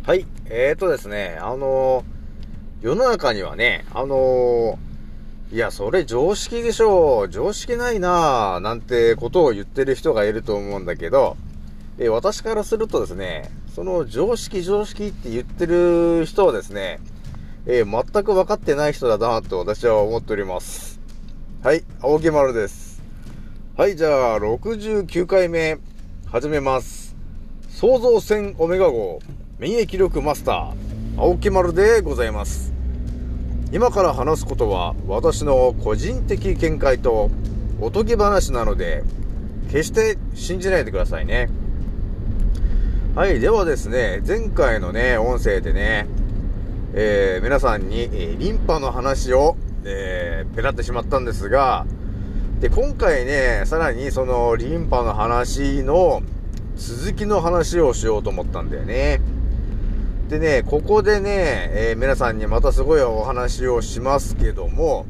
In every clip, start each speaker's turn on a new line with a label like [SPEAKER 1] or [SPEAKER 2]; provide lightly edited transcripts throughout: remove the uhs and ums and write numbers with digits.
[SPEAKER 1] はい。ですね、世の中にはね、いや、それ常識でしょう。常識ないなぁ、なんてことを言ってる人がいると思うんだけど、私からするとですね、その常識って言ってる人はですね、全く分かってない人だなと私は思っております。はい、青木丸です。はい、じゃあ、69回目、始めます。創造船オメガ号免疫力マスター青木丸でございます。今から話すことは私の個人的見解とおとぎ話なので決して信じないでくださいね。はい、ではですね、前回のね音声でね、皆さんに、リンパの話を、ペラってしまったんですが、で今回ねさらにそのリンパの話の続きの話をしようと思ったんだよね。でね、ここでね、皆さんにまたすごいお話をしますけども、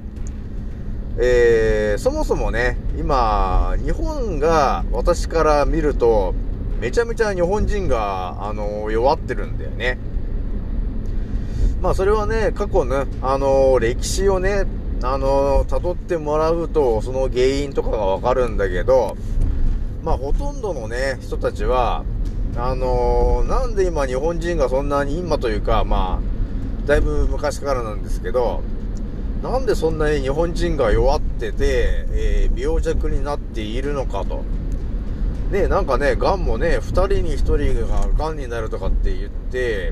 [SPEAKER 1] そもそもね、今、日本が私から見ると、めちゃめちゃ日本人が、弱ってるんだよね。まあ、それはね、過去ね、歴史をね、辿ってもらうと、その原因とかがわかるんだけど、まあ、ほとんどのね、人たちは、なんで今日本人がそんなに今というか、まあ、だいぶ昔からなんですけど、なんでそんなに日本人が弱ってて、病弱になっているのかと。ね、なんかね、癌もね、2人に1人が癌になるとかって言って、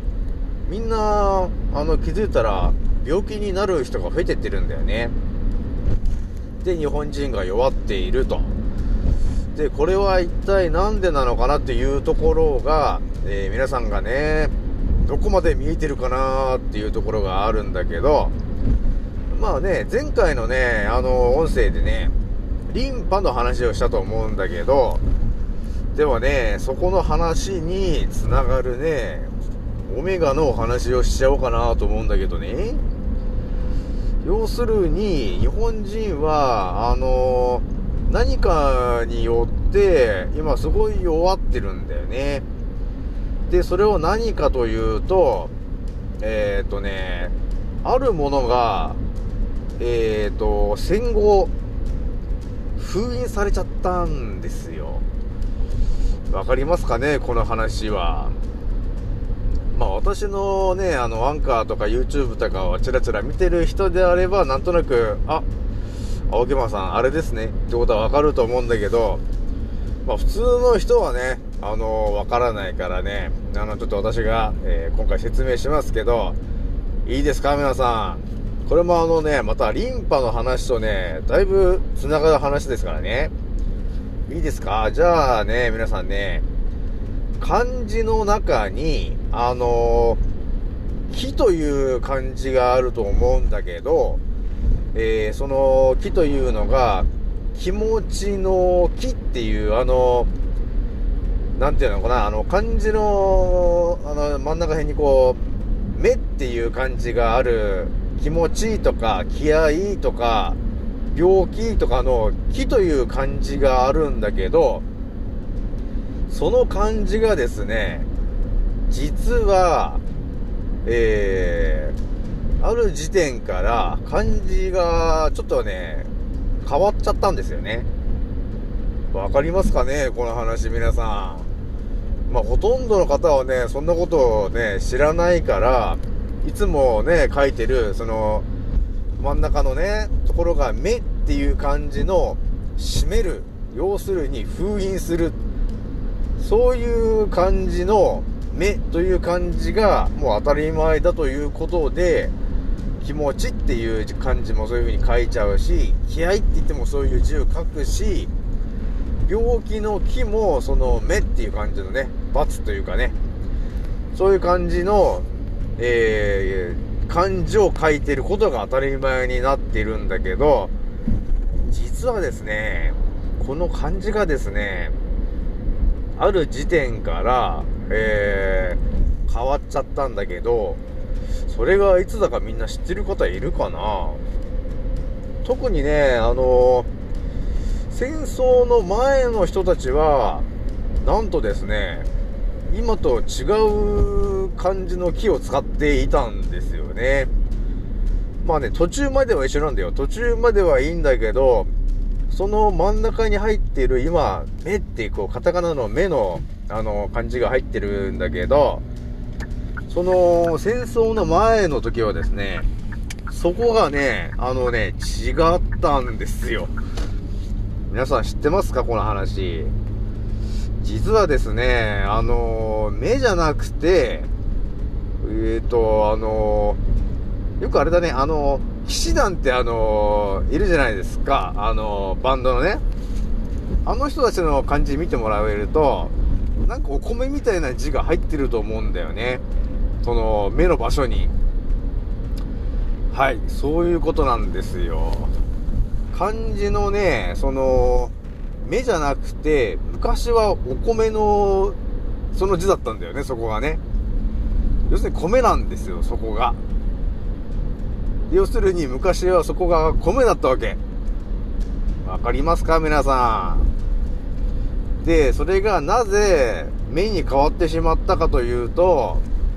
[SPEAKER 1] みんな、気づいたら、病気になる人が増えてってるんだよね。で、日本人が弱っていると。で、これは一体なんでなのかなっていうところが、皆さんがね、どこまで見えてるかなっていうところがあるんだけど、まあね、前回のね、音声でね、リンパの話をしたと思うんだけど、ではね、そこの話につながるね、オメガのお話をしちゃおうかなと思うんだけどね。要するに、日本人は、何かによって今すごい弱ってるんだよね。でそれを何かというとあるものが戦後封印されちゃったんですよ。わかりますかね、この話は。まあ私のねアンカーとか YouTube とかをチラチラ見てる人であればなんとなく青木間さんあれですねってことはわかると思うんだけど、まあ普通の人はねわからないからね、ちょっと私が、今回説明しますけど、いいですか皆さん。これもまたリンパの話とねだいぶつながる話ですからね。いいですか。じゃあね皆さんね、漢字の中に木という漢字があると思うんだけど、その木というのが気持ちの木っていうなんていうのかな、漢字の真ん中辺にこう目っていう漢字がある気持ちとか気合とか病気とかの木という漢字があるんだけど、その漢字がですね実はある時点から漢字がちょっとね変わっちゃったんですよね。わかりますかねこの話皆さん。まあほとんどの方はねそんなことをね知らないから、いつもね書いてるその真ん中のねところが目っていう漢字の締める、要するに封印する、そういう漢字の目という漢字がもう当たり前だということで、気持ちっていう漢字もそういう風に書いちゃうし、気合って言ってもそういう字を書くし、病気の気もその目っていう漢字のね罰というかね、そういう漢字の、漢字を書いてることが当たり前になっているんだけど、実はですねこの漢字がですねある時点から、変わっちゃったんだけど、それがいつだかみんな知ってる方いるかな。特にね戦争の前の人たちはなんとですね今と違う感じの木を使っていたんですよね。まあね、途中までは一緒なんだよ。途中まではいいんだけど、その真ん中に入っている今、目ってこうカタカナの目の漢字が入ってるんだけど、その戦争の前の時はですね、そこがね、違ったんですよ。皆さん知ってますか、この話。実はですね、目じゃなくて、よくあれだね、騎士団っているじゃないですか。バンドのね。あの人たちの漢字見てもらえると、なんかお米みたいな字が入ってると思うんだよね。その、目の場所に。はい、そういうことなんですよ。漢字のね、その、目じゃなくて、昔はお米の、その字だったんだよね、そこがね。要するに米なんですよ、そこが。要するに昔はそこが米だったわけ。わかりますか、皆さん。で、それがなぜ目に変わってしまったかというと、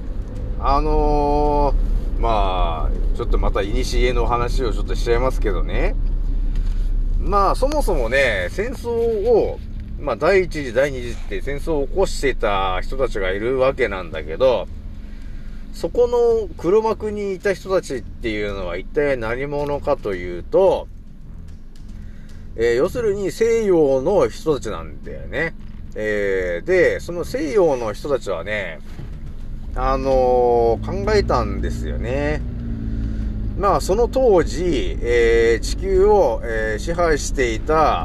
[SPEAKER 1] まあ、ちょっとまた古の話をちょっとしちゃいますけどね。まあ、そもそもね、戦争を、まあ、第一次、第二次って戦争を起こしていた人たちがいるわけなんだけど、そこの黒幕にいた人たちっていうのは一体何者かというと、要するに西洋の人たちなんだよね。で、その西洋の人たちはね、考えたんですよね。まあ、その当時、地球を、支配していた、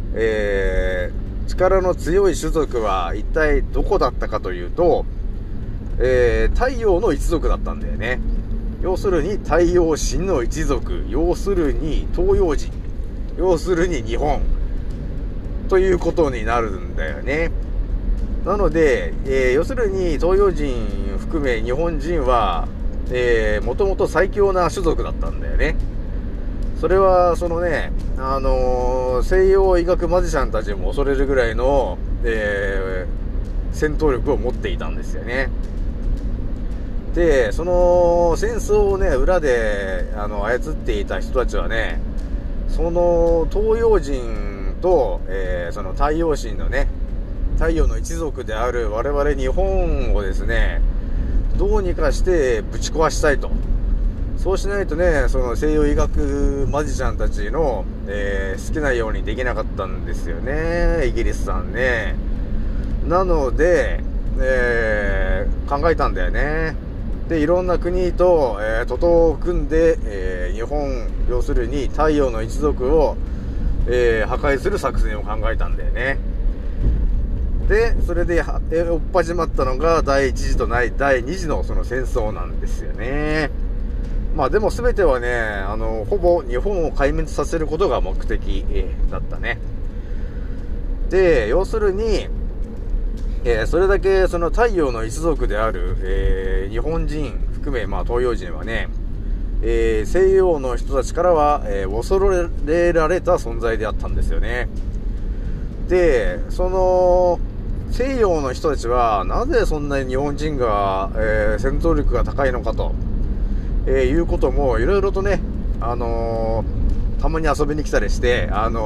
[SPEAKER 1] 力の強い種族は一体どこだったかというと、太陽の一族だったんだよね。要するに太陽神の一族、要するに東洋人、要するに日本ということになるんだよね。なので、要するに東洋人含め日本人はもともと最強な種族だったんだよね。それはそのね、西洋医学マジシャンたちも恐れるぐらいの、戦闘力を持っていたんですよね。で、その戦争をね、裏で操っていた人たちはね、その東洋人と、その太陽神のね、太陽の一族である我々日本をですね、どうにかしてぶち壊したいと。そうしないとね、その西洋医学マジシャンたちの、好きなようにできなかったんですよね、イギリスさんね。なので、考えたんだよね。で、いろんな国と、徒党を組んで、日本、要するに太陽の一族を、破壊する作戦を考えたんだよね。で、それで、追っ始まったのが第一次と第二次のその戦争なんですよね。まあでも全てはね、ほぼ日本を壊滅させることが目的、だったね。で、要するに、それだけその太陽の一族である、日本人含め、まあ東洋人はね、西洋の人たちからは、恐れられた存在であったんですよね。で、その西洋の人たちはなぜそんなに日本人が、戦闘力が高いのかと、いうこともいろいろとね、たまに遊びに来たりして、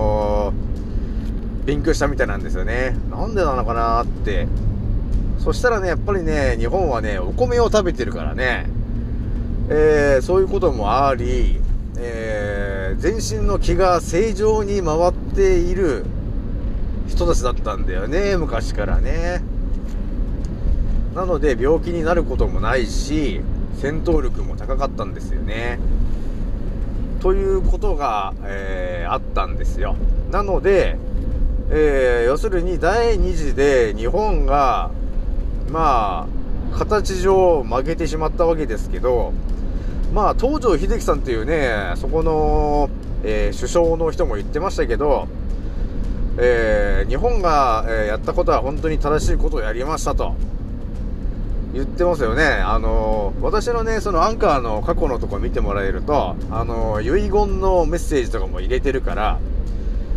[SPEAKER 1] 勉強したみたいなんですよね。なんでなのかなって。そしたらね、やっぱりね、日本はね、お米を食べてるからね、そういうこともあり、全身の気が正常に回っている人たちだったんだよね、昔からね。なので病気になることもないし、戦闘力も高かったんですよね。ということが、あったんですよ。なので、要するに第二次で日本がまあ形上負けてしまったわけですけど、まあ東條英機さんっていうね、そこの、首相の人も言ってましたけど、日本が、やったことは本当に正しいことをやりましたと言ってますよね。私のね、そのアンカーの過去のとこ見てもらえると、遺言のメッセージとかも入れてるから、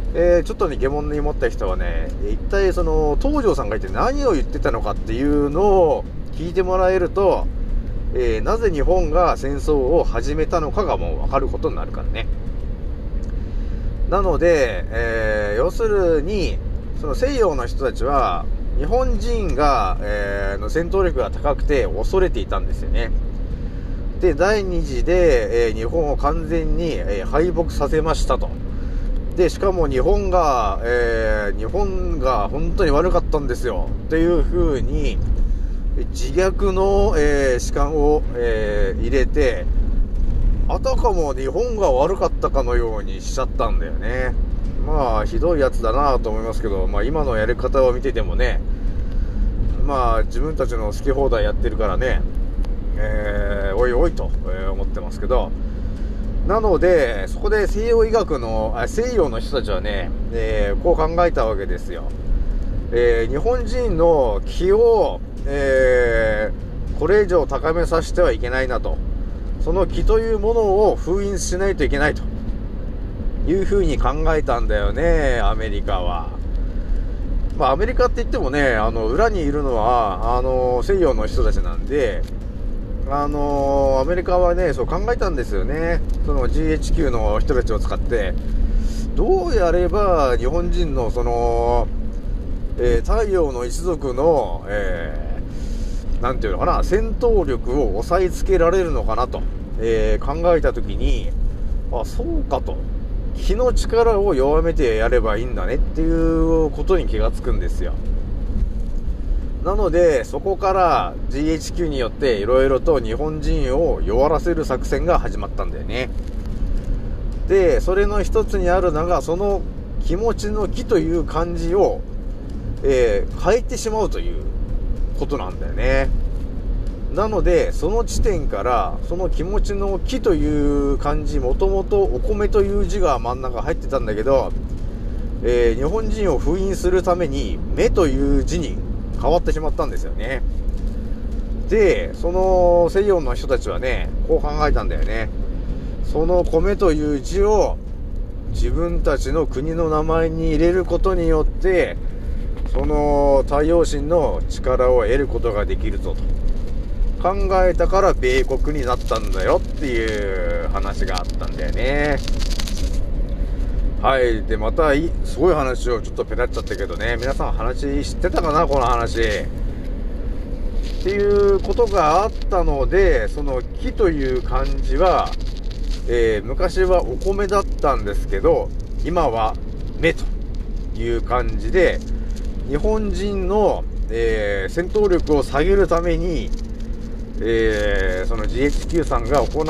[SPEAKER 1] ちょっとね疑問に思った人はね、一体その東條さんが一体何を言ってたのかっていうのを聞いてもらえると、なぜ日本が戦争を始めたのかがもう分かることになるからね。なので、要するにその西洋の人たちは日本人が、の戦闘力が高くて恐れていたんですよね。で第二次で、日本を完全に、敗北させましたと。でしかも日本が本当に悪かったんですよっていう風に自虐の、主観を、入れて、あたかも日本が悪かったかのようにしちゃったんだよね。まあひどいやつだなと思いますけど、まあ今のやり方を見ててもね、まあ自分たちの好き放題やってるからね、おいおいと、思ってますけど、なのでそこで西洋の人たちはね、こう考えたわけですよ。日本人の気を、これ以上高めさせてはいけないなと。その気というものを封印しないといけないというふうに考えたんだよね、アメリカは。まあアメリカって言ってもね、裏にいるのは西洋の人たちなんで、アメリカはねそう考えたんですよね。その GHQ の人たちを使ってどうやれば日本人のその、太陽の一族の、なんていうのかな、戦闘力を抑えつけられるのかなと、考えたときに、あ、そうかと、気の力を弱めてやればいいんだねっていうことに気がつくんですよ。なのでそこから GHQ によっていろいろと日本人を弱らせる作戦が始まったんだよね。でそれの一つにあるのが、その気持ちの気という漢字を、変えてしまうということなんだよね。なのでその地点からその気持ちの気という漢字、もともとお米という字が真ん中入ってたんだけど、日本人を封印するために目という字に変わってしまったんですよね。でその西洋の人たちはねこう考えたんだよね。その米という字を自分たちの国の名前に入れることによってその太陽神の力を得ることができるぞと考えたから米国になったんだよっていう話があったんだよね。はい。でまたすごい話をちょっとペラっちゃったけどね、皆さん話知ってたかな、この話っていうことがあったので、その木という漢字は、昔はお米だったんですけど今は目という漢字で、日本人の、戦闘力を下げるために、その GHQ さんが行った、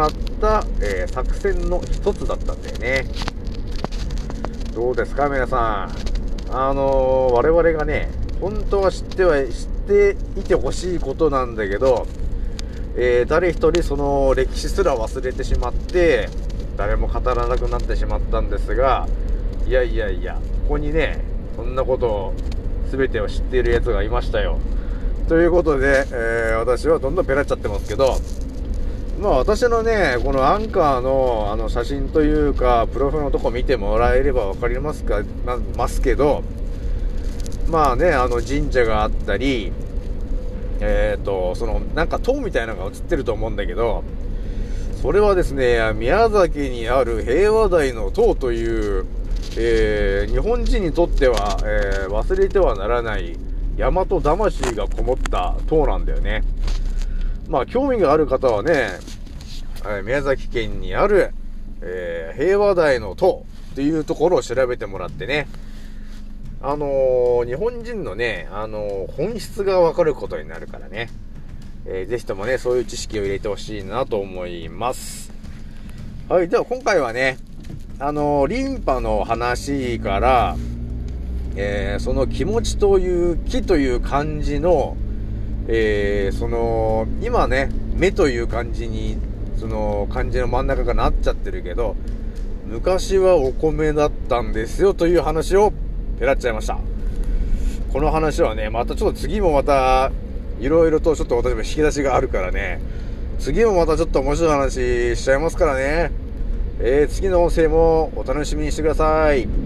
[SPEAKER 1] 作戦の一つだったんだよね。どうですか皆さん。我々がね本当は知っていてほしいことなんだけど、誰一人その歴史すら忘れてしまって誰も語らなくなってしまったんですが、いやここにねそんなことを全てを知っているやつがいましたよということで、私はどんどんペラっちゃってますけど、まあ私のねこのアンカーの写真というかプロフのとこ見てもらえれば分かりますけど、まあね神社があったり、そのなんか塔みたいなのが映ってると思うんだけど、それはですね宮崎にある平和台の塔という、日本人にとっては、忘れてはならない大和魂がこもった塔なんだよね。まあ興味がある方はね、宮崎県にある、平和台の塔っていうところを調べてもらってね、日本人のね、本質がわかることになるからね、ぜひともねそういう知識を入れてほしいなと思います。はい。では今回はねリンパの話から、その気持ちという気という漢字の、その今ね目という漢字にその漢字の真ん中がなっちゃってるけど、昔はお米だったんですよという話をペラっちゃいました。この話はねまたちょっと次もまたいろいろとちょっと私も引き出しがあるからね、次もまたちょっと面白い話しちゃいますからね、次の音声もお楽しみにしてください。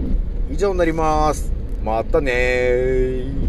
[SPEAKER 1] 以上になります。またねー。